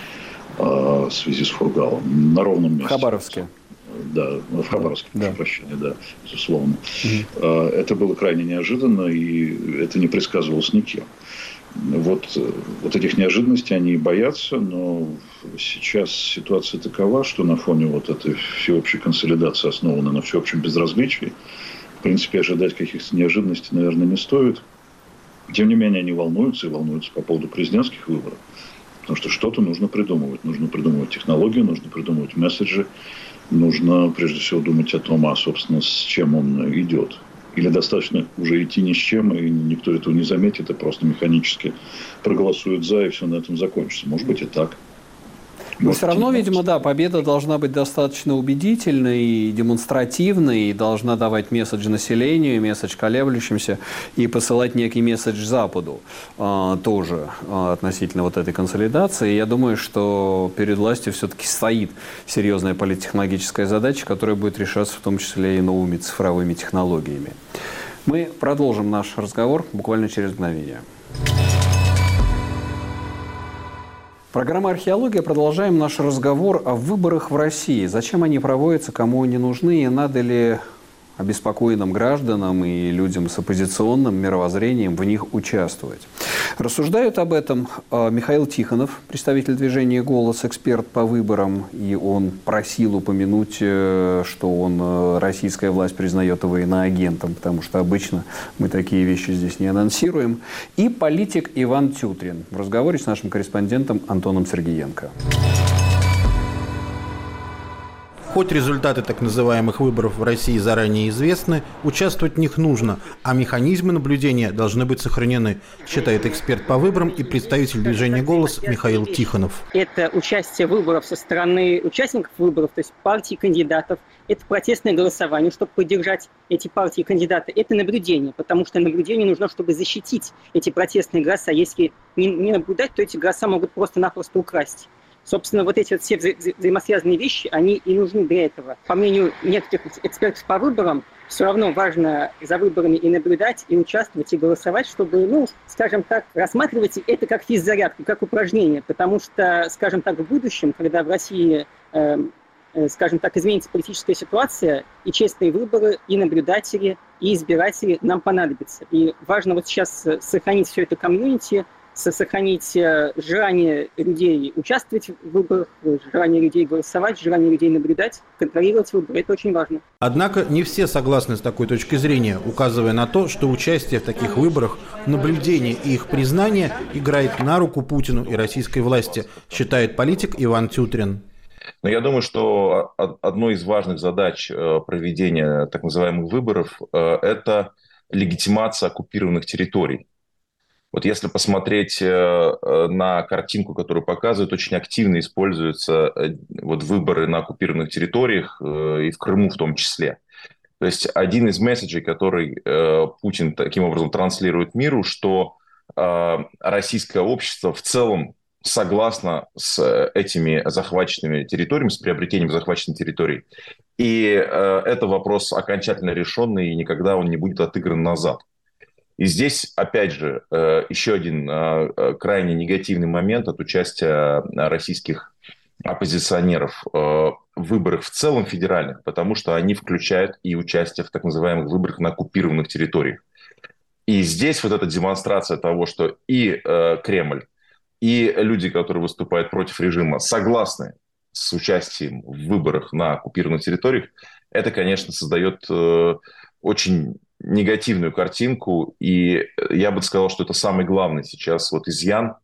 в связи с Фургалом на ровном месте.
В Хабаровске.
Да, в Хабаровске, прошу прощения, да, безусловно. Это было крайне неожиданно, и это не предсказывалось никем. Вот этих неожиданностей они и боятся, но сейчас ситуация такова, что на фоне вот этой всеобщей консолидации, основанной на всеобщем безразличии, в принципе, ожидать каких-то неожиданностей, наверное, не стоит. Тем не менее, они волнуются по поводу президентских выборов. Потому что что-то нужно придумывать. Нужно придумывать технологии, нужно придумывать месседжи. Нужно, прежде всего, думать о том, собственно, с чем он идет. Или достаточно уже идти ни с чем, и никто этого не заметит, и просто механически проголосует за, и все на этом закончится. Может быть, и так.
Но все равно, видимо, да, победа должна быть достаточно убедительной и демонстративной, и должна давать месседж населению, месседж колеблющимся, и посылать некий месседж Западу тоже относительно вот этой консолидации. И я думаю, что перед властью все-таки стоит серьезная политтехнологическая задача, которая будет решаться в том числе и новыми цифровыми технологиями. Мы продолжим наш разговор буквально через мгновение. Программа «Археология». Продолжаем наш разговор о выборах в России. Зачем они проводятся, кому они нужны и надо ли обеспокоенным гражданам и людям с оппозиционным мировоззрением в них участвовать. Рассуждают об этом Михаил Тихонов, представитель движения «Голос», эксперт по выборам, и он просил упомянуть, что российская власть признает его иноагентом, потому что обычно мы такие вещи здесь не анонсируем, и политик Иван Тютрин в разговоре с нашим корреспондентом Антоном Сергеенко.
Хоть результаты так называемых выборов в России заранее известны, участвовать в них нужно, а механизмы наблюдения должны быть сохранены, считает эксперт по выборам и представитель движения «Голос» Михаил Тихонов.
Это участие в выборах со стороны участников выборов, то есть партий, кандидатов. Это протестное голосование, чтобы поддержать эти партии и кандидаты. Это наблюдение, потому что наблюдение нужно, чтобы защитить эти протестные голоса. Если не наблюдать, то эти голоса могут просто-напросто украсть. Собственно, вот эти вот все взаимосвязанные вещи, они и нужны для этого. По мнению некоторых экспертов по выборам, все равно важно за выборами и наблюдать, и участвовать, и голосовать, чтобы, скажем так, рассматривать это как физзарядку, как упражнение. Потому что, скажем так, в будущем, когда в России, скажем так, изменится политическая ситуация, и честные выборы, и наблюдатели, и избиратели нам понадобятся. И важно вот сейчас сохранить все это комьюнити, сохранить желание людей участвовать в выборах, желание людей голосовать, желание людей наблюдать, контролировать выборы. Это очень важно.
Однако не все согласны с такой точки зрения, указывая на то, что участие в таких выборах, наблюдение и их признание играет на руку Путину и российской власти, считает политик Иван Тютрин.
Но я думаю, что одной из важных задач проведения так называемых выборов – это легитимация оккупированных территорий. Вот если посмотреть на картинку, которую показывают, очень активно используются вот выборы на оккупированных территориях, и в Крыму в том числе. То есть один из месседжей, который Путин таким образом транслирует миру, что российское общество в целом согласно с этими захваченными территориями, с приобретением захваченных территорий. И это вопрос окончательно решенный, и никогда он не будет отыгран назад. И здесь, опять же, еще один крайне негативный момент от участия российских оппозиционеров в выборах в целом федеральных, потому что они включают и участие в так называемых выборах на оккупированных территориях. И здесь вот эта демонстрация того, что и Кремль, и люди, которые выступают против режима, согласны с участием в выборах на оккупированных территориях, это, конечно, создает очень негативную картинку, и я бы сказал, что это самый главный сейчас вот изъян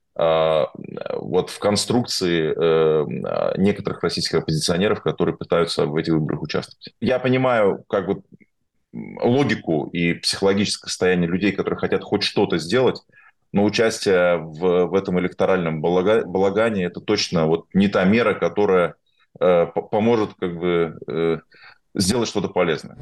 вот в конструкции некоторых российских оппозиционеров, которые пытаются в этих выборах участвовать. Я понимаю как бы логику и психологическое состояние людей, которые хотят хоть что-то сделать, но участие в этом электоральном балагане – это точно вот не та мера, которая поможет как бы сделать что-то полезное.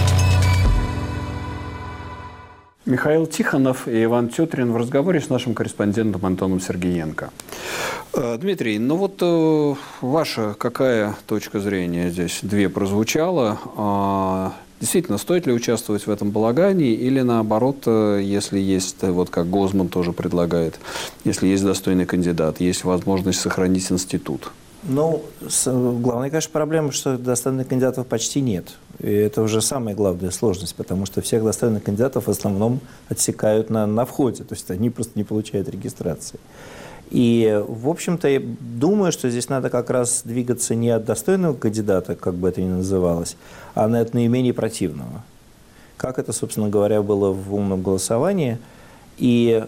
Михаил Тихонов и Иван Тютрин в разговоре с нашим корреспондентом Антоном Сергеенко. Дмитрий, ваша какая точка зрения здесь? Две прозвучало. Действительно, стоит ли участвовать в этом балагане или наоборот, если есть, вот как Гозман тоже предлагает, если есть достойный кандидат, есть возможность сохранить институт?
Главная, конечно, проблема, что достойных кандидатов почти нет. И это уже самая главная сложность, потому что всех достойных кандидатов в основном отсекают на входе, то есть они просто не получают регистрации. И, в общем-то, я думаю, что здесь надо как раз двигаться не от достойного кандидата, как бы это ни называлось, а от наименее противного. Как это, собственно говоря, было в умном голосовании. И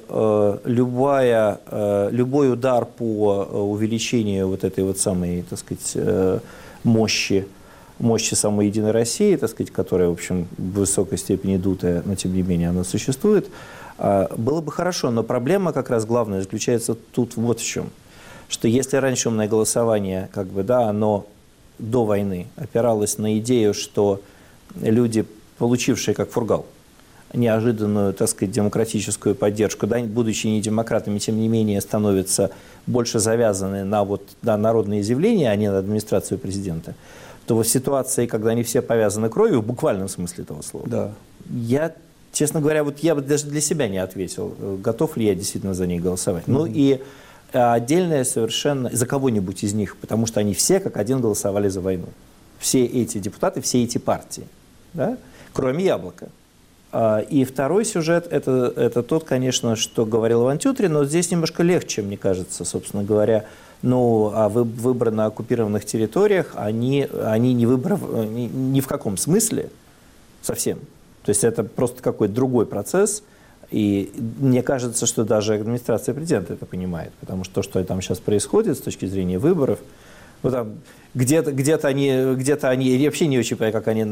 любой удар по увеличению вот этой вот самой, так сказать, мощи самой Единой России, так сказать, которая, в общем, в высокой степени дутая, но тем не менее она существует, было бы хорошо. Но проблема как раз главная заключается тут вот в чем. Что если раньше умное голосование, оно до войны опиралось на идею, что люди, получившие, как Фургал, неожиданную, так сказать, демократическую поддержку, будучи не демократами, тем не менее становятся больше завязаны на народные изъявления, а не на администрацию президента, то в ситуации, когда они все повязаны кровью, в буквальном смысле этого слова,
да.
Я, честно говоря, я бы даже для себя не ответил, готов ли я действительно за них голосовать. И отдельное совершенно за кого-нибудь из них, потому что они все как один голосовали за войну. Все эти депутаты, все эти партии, да? Кроме Яблока. И второй сюжет – это тот, конечно, что говорил Иван Тютрин, но здесь немножко легче, мне кажется, собственно говоря. Выборы на оккупированных территориях, они не выборы ни в каком смысле совсем. То есть это просто какой-то другой процесс. И мне кажется, что даже администрация президента это понимает. Потому что то, что там сейчас происходит с точки зрения выборов, Вот там где-то они, я вообще не очень понимаю, как они,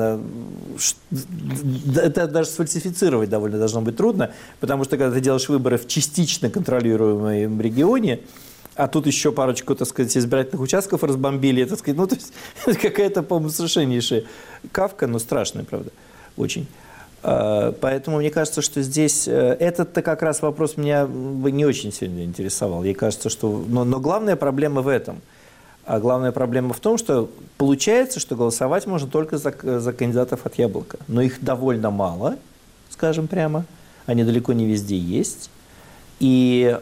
это даже сфальсифицировать довольно должно быть трудно, потому что когда ты делаешь выборы в частично контролируемом регионе, а тут еще парочку, так сказать, избирательных участков разбомбили, так сказать, ну, то есть это какая-то, по-моему, совершеннейшая кавка, но страшная, правда, очень. Поэтому мне кажется, что здесь этот-то как раз вопрос меня бы не очень сильно интересовал. Мне кажется, что... Но главная проблема в этом. А главная проблема в том, что получается, что голосовать можно только за кандидатов от Яблока. Но их довольно мало, скажем прямо. Они далеко не везде есть. И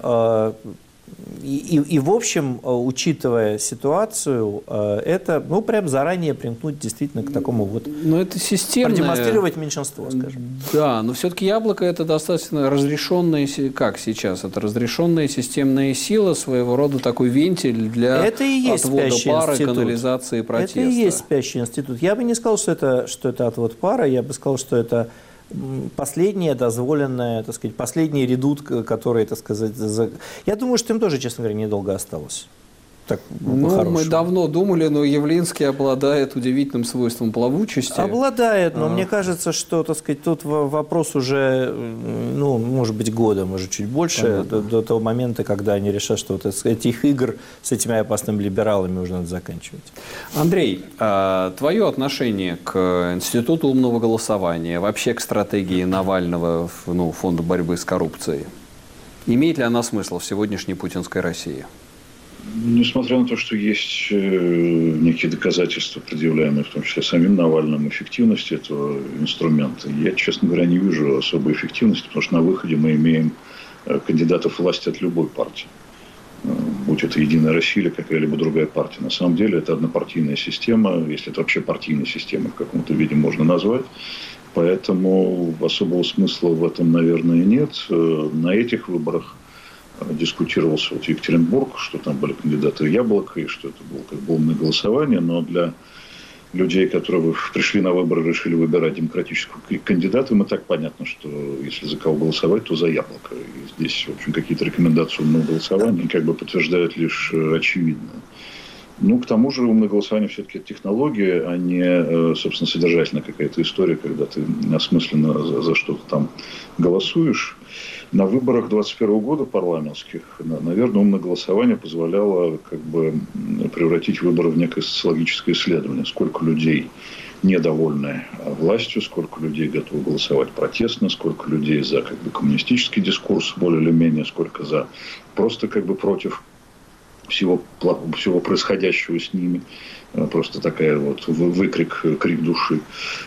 в общем, учитывая ситуацию, это, ну, прям заранее примкнуть действительно к такому вот...
Но это системное...
Продемонстрировать меньшинство, скажем.
Да, но все-таки Яблоко – это достаточно разрешенная, как сейчас, это разрешенная системная сила, своего рода такой вентиль для отвода пара, канализации протеста.
Это и есть спящий институт. Я бы не сказал, что это отвод пара, я бы сказал, что это... последнее дозволенное, так сказать, последний редут, который, так сказать, я думаю, что им тоже, честно говоря, недолго осталось. Так,
мы давно думали, но Явлинский обладает удивительным свойством плавучести.
Обладает, но мне кажется, что, так сказать, тут вопрос уже, ну, может быть, года, может, чуть больше, до того момента, когда они решат, что вот этих игр с этими опасными либералами уже надо заканчивать.
Андрей, твое отношение к Институту умного голосования, вообще к стратегии Навального, ну, Фонда борьбы с коррупцией, имеет ли она смысл в сегодняшней путинской России?
Несмотря на то, что есть некие доказательства, предъявляемые в том числе самим Навальным, эффективности этого инструмента, я, честно говоря, не вижу особой эффективности, потому что на выходе мы имеем кандидатов власти от любой партии. Будь это «Единая Россия» или какая-либо другая партия. На самом деле это однопартийная система, если это вообще партийная система в каком-то виде можно назвать. Поэтому особого смысла в этом, наверное, нет. На этих выборах дискутировался вот Екатеринбург, что там были кандидаты Яблоко, и что это было как бы умное голосование, но для людей, которые пришли на выборы, решили выбирать демократического кандидата, им и так понятно, что если за кого голосовать, то за Яблоко. И здесь, в общем, какие-то рекомендации умного голосования как бы подтверждают лишь очевидное. Ну, к тому же умное голосование все-таки это технология, а не, собственно, содержательная какая-то история, когда ты осмысленно за что-то там голосуешь. На выборах 2021 года парламентских, наверное, умное голосование позволяло как бы превратить выборы в некое социологическое исследование. Сколько людей недовольны властью, сколько людей готовы голосовать протестно, сколько людей за как бы коммунистический дискурс более или менее, сколько за просто как бы против всего происходящего с ними. Просто такая вот крик души.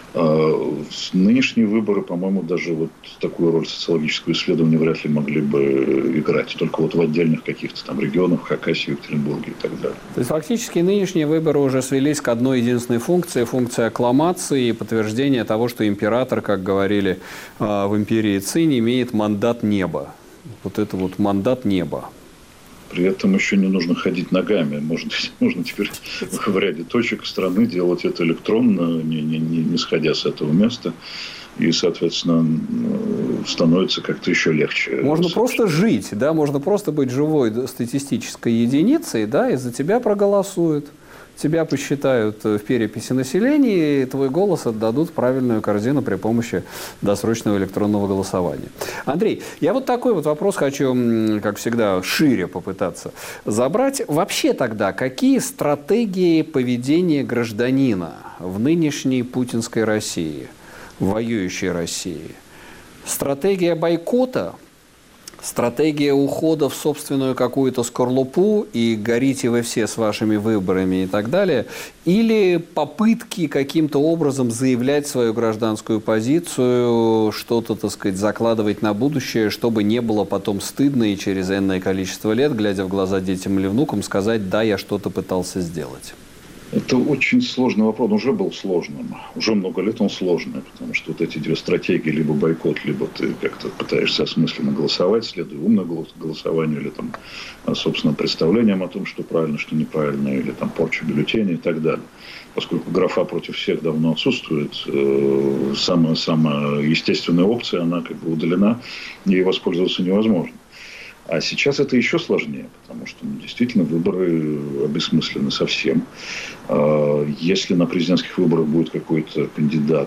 Нынешние выборы, по-моему, даже вот такую роль социологического исследования вряд ли могли бы играть. Только вот в отдельных каких-то там регионах, Хакасии, Екатеринбурге и так далее.
То есть фактически нынешние выборы уже свелись к одной единственной функции – функции аккламации и подтверждения того, что император, как говорили в империи Цинь, имеет мандат неба. Вот это вот мандат неба.
При этом еще не нужно ходить ногами. Можно теперь в ряде точек страны делать это электронно, не сходя с этого места. И, соответственно, становится как-то еще легче.
Можно просто жить, да, можно просто быть живой статистической единицей, да, и за тебя проголосуют. Тебя посчитают в переписи населения, и твой голос отдадут в правильную корзину при помощи досрочного электронного голосования. Андрей, я вот такой вот вопрос хочу, как всегда, шире попытаться забрать. Вообще тогда, какие стратегии поведения гражданина в нынешней путинской России, в воюющей России? Стратегия бойкота? Стратегия ухода в собственную какую-то скорлупу и горите вы все с вашими выборами и так далее, или попытки каким-то образом заявлять свою гражданскую позицию, что-то, так сказать, закладывать на будущее, чтобы не было потом стыдно и через энное количество лет, глядя в глаза детям или внукам, сказать: да, я что-то пытался сделать.
Это очень сложный вопрос. Он уже был сложным. Уже много лет он сложный, потому что вот эти две стратегии, либо бойкот, либо ты как-то пытаешься осмысленно голосовать, следуя умному голосованию, или там, собственно, представлением о том, что правильно, что неправильно, или там порча бюллетеней и так далее. Поскольку графа против всех давно отсутствует, самая естественная опция, она как бы удалена, ей воспользоваться невозможно. А сейчас это еще сложнее, потому что действительно выборы обесмыслены совсем. Если на президентских выборах будет какой-то кандидат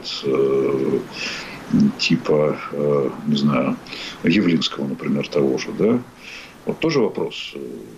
типа, не знаю, Явлинского, например, того же, да, вот тоже вопрос.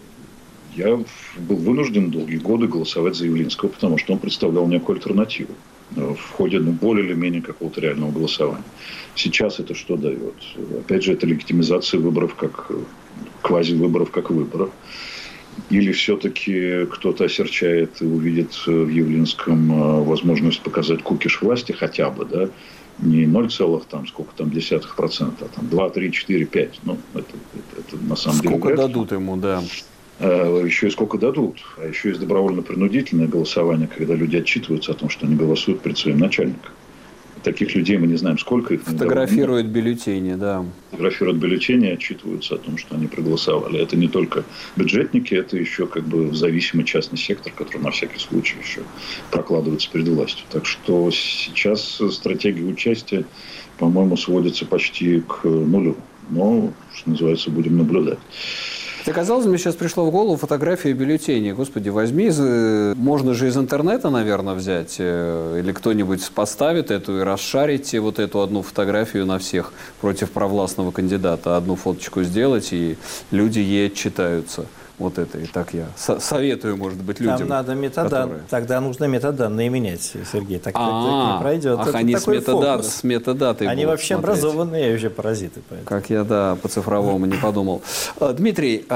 Я был вынужден долгие годы голосовать за Явлинского, потому что он представлял некую альтернативу в ходе более или менее какого-то реального голосования. Сейчас это что дает? Опять же, это легитимизация выборов как квази-выборов как выборов. Или все-таки кто-то осерчает и увидит в Явлинском возможность показать кукиш власти хотя бы, да, не 0,10%, а там 2, 3, 4, 5. Ну, это на самом деле...
Сколько дадут ему, да.
Еще и сколько дадут. А еще есть добровольно-принудительное голосование, когда люди отчитываются о том, что они голосуют перед своим начальником. Таких людей мы не знаем, сколько их.
Фотографируют бюллетени, да.
Фотографируют бюллетени, отчитываются о том, что они проголосовали. Это не только бюджетники, это еще как бы зависимый частный сектор, который на всякий случай еще прокладывается перед властью. Так что сейчас стратегия участия, по-моему, сводится почти к нулю. Но, что называется, будем наблюдать.
Казалось, мне сейчас пришло в голову фотография бюллетеней. Господи, возьми, можно же из интернета, наверное, взять, или кто-нибудь поставит эту и расшарить вот эту одну фотографию на всех против провластного кандидата. Одну фоточку сделать, и люди ей отчитаются. Вот это. И так я советую, может быть, людям.
Там надо метаданные. Тогда нужно метаданные менять, Сергей. Так не пройдет.
Ах, они с метадатой
они вообще смотреть. Образованные вообще паразиты. Поэтому.
Как я, да, по цифровому не подумал. Дмитрий,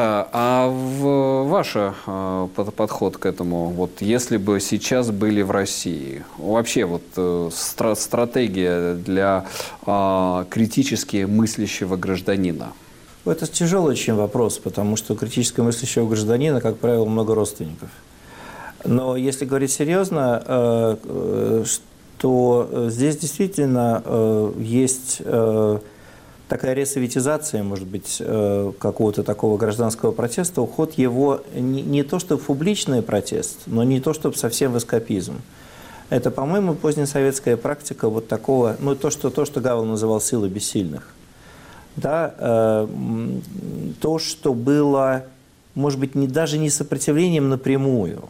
ваш подход к этому, вот если бы сейчас были в России, вообще вот стратегия для критически мыслящего гражданина?
Это тяжелый очень вопрос, потому что у критически мыслящего гражданина, как правило, много родственников. Но если говорить серьезно, что здесь действительно есть такая ресоветизация, может быть, какого-то такого гражданского протеста, уход его не то чтобы в публичный протест, но не то чтобы совсем в эскапизм. Это, по-моему, позднесоветская практика вот такого, ну, то, что Гавел называл силой бессильных. Да, то, что было, может быть, даже не сопротивлением напрямую,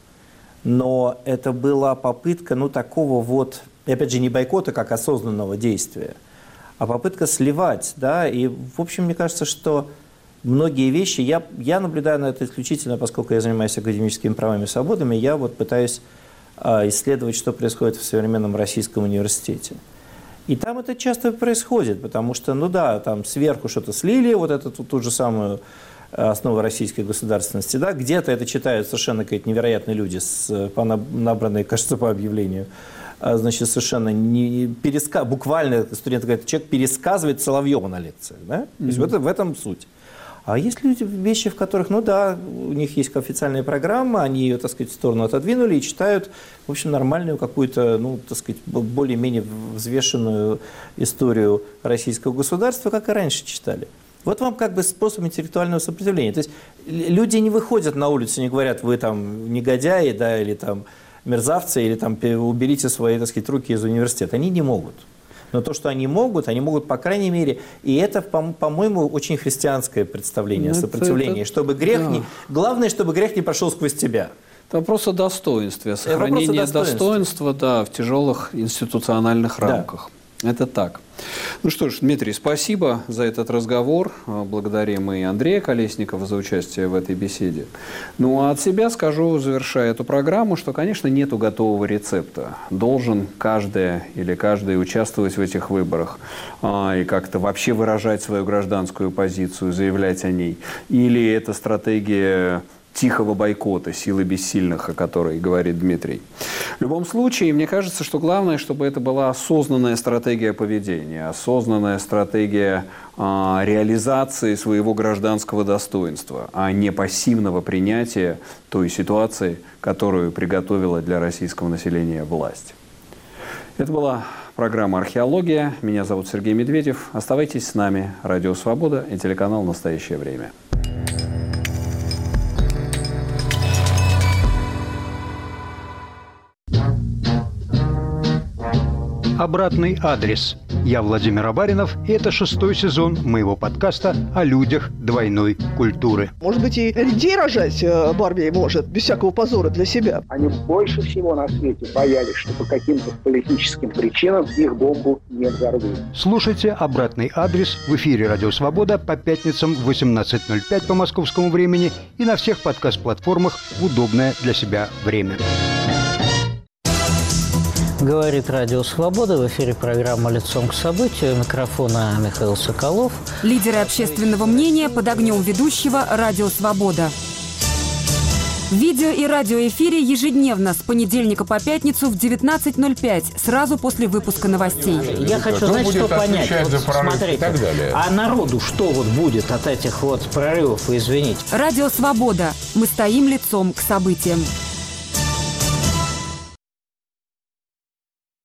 но это была попытка, ну, такого вот, и опять же, не бойкота как осознанного действия, а попытка сливать, да, и, в общем, мне кажется, что многие вещи, я наблюдаю на это исключительно, поскольку я занимаюсь академическими правами и свободами, я вот пытаюсь исследовать, что происходит в современном российском университете. И там это часто происходит, потому что, ну да, там сверху что-то слили, вот эту ту же самую основу российской государственности, да, где-то это читают совершенно какие-то невероятные люди, набранные, кажется, по объявлению, значит, совершенно буквально, студенты говорят, человек пересказывает Соловьева на лекциях, да, то есть в этом суть. А есть люди, вещи, в которых, ну да, у них есть официальная программа, они ее, так сказать, в сторону отодвинули и читают, в общем, нормальную какую-то, ну, так сказать, более-менее взвешенную историю российского государства, как и раньше читали. Вот вам как бы способ интеллектуального сопротивления. То есть люди не выходят на улицу, не говорят, вы там негодяи, да, или там мерзавцы, или там уберите свои, так сказать, руки из университета. Они не могут. Но то, что они могут, по крайней мере, и это, по-моему, очень христианское представление о сопротивлении, чтобы грех главное, чтобы грех не прошел сквозь тебя.
Это вопрос о достоинстве, сохранение достоинства, да, в тяжелых институциональных рамках. Да. Это так. Ну что ж, Дмитрий, спасибо за этот разговор. Благодарим и Андрея Колесникова за участие в этой беседе. Ну а от себя скажу, завершая эту программу, что, конечно, нету готового рецепта. Должен каждый участвовать в этих выборах и как-то вообще выражать свою гражданскую позицию, заявлять о ней. Или это стратегия тихого бойкота, силы бессильных, о которой говорит Дмитрий. В любом случае, мне кажется, что главное, чтобы это была осознанная стратегия поведения, осознанная стратегия реализации своего гражданского достоинства, а не пассивного принятия той ситуации, которую приготовила для российского населения власть. Это была программа «Археология». Меня зовут Сергей Медведев. Оставайтесь с нами. Радио «Свобода» и телеканал «Настоящее время».
«Обратный адрес». Я Владимир Абаринов, и это 6-й сезон моего подкаста о людях двойной культуры.
Может быть, и людей рожать Барби может, без всякого позора для себя.
Они больше всего на свете боялись, что по каким-то политическим причинам их бомбу не взорвут.
Слушайте «Обратный адрес» в эфире «Радио Свобода» по пятницам в 18:05 по московскому времени и на всех подкаст-платформах в удобное для себя время.
Говорит Радио Свобода. В эфире программа «Лицом к событию». У микрофона Михаил Соколов.
Лидеры общественного мнения под огнем ведущего «Радио Свобода». В видео и радиоэфире ежедневно с понедельника по пятницу в 19:05, сразу после выпуска новостей.
Я хочу, знаете, что понять. Вот, смотрите, а народу что вот будет от этих вот прорывов, извините?
Радио Свобода. Мы стоим лицом к событиям.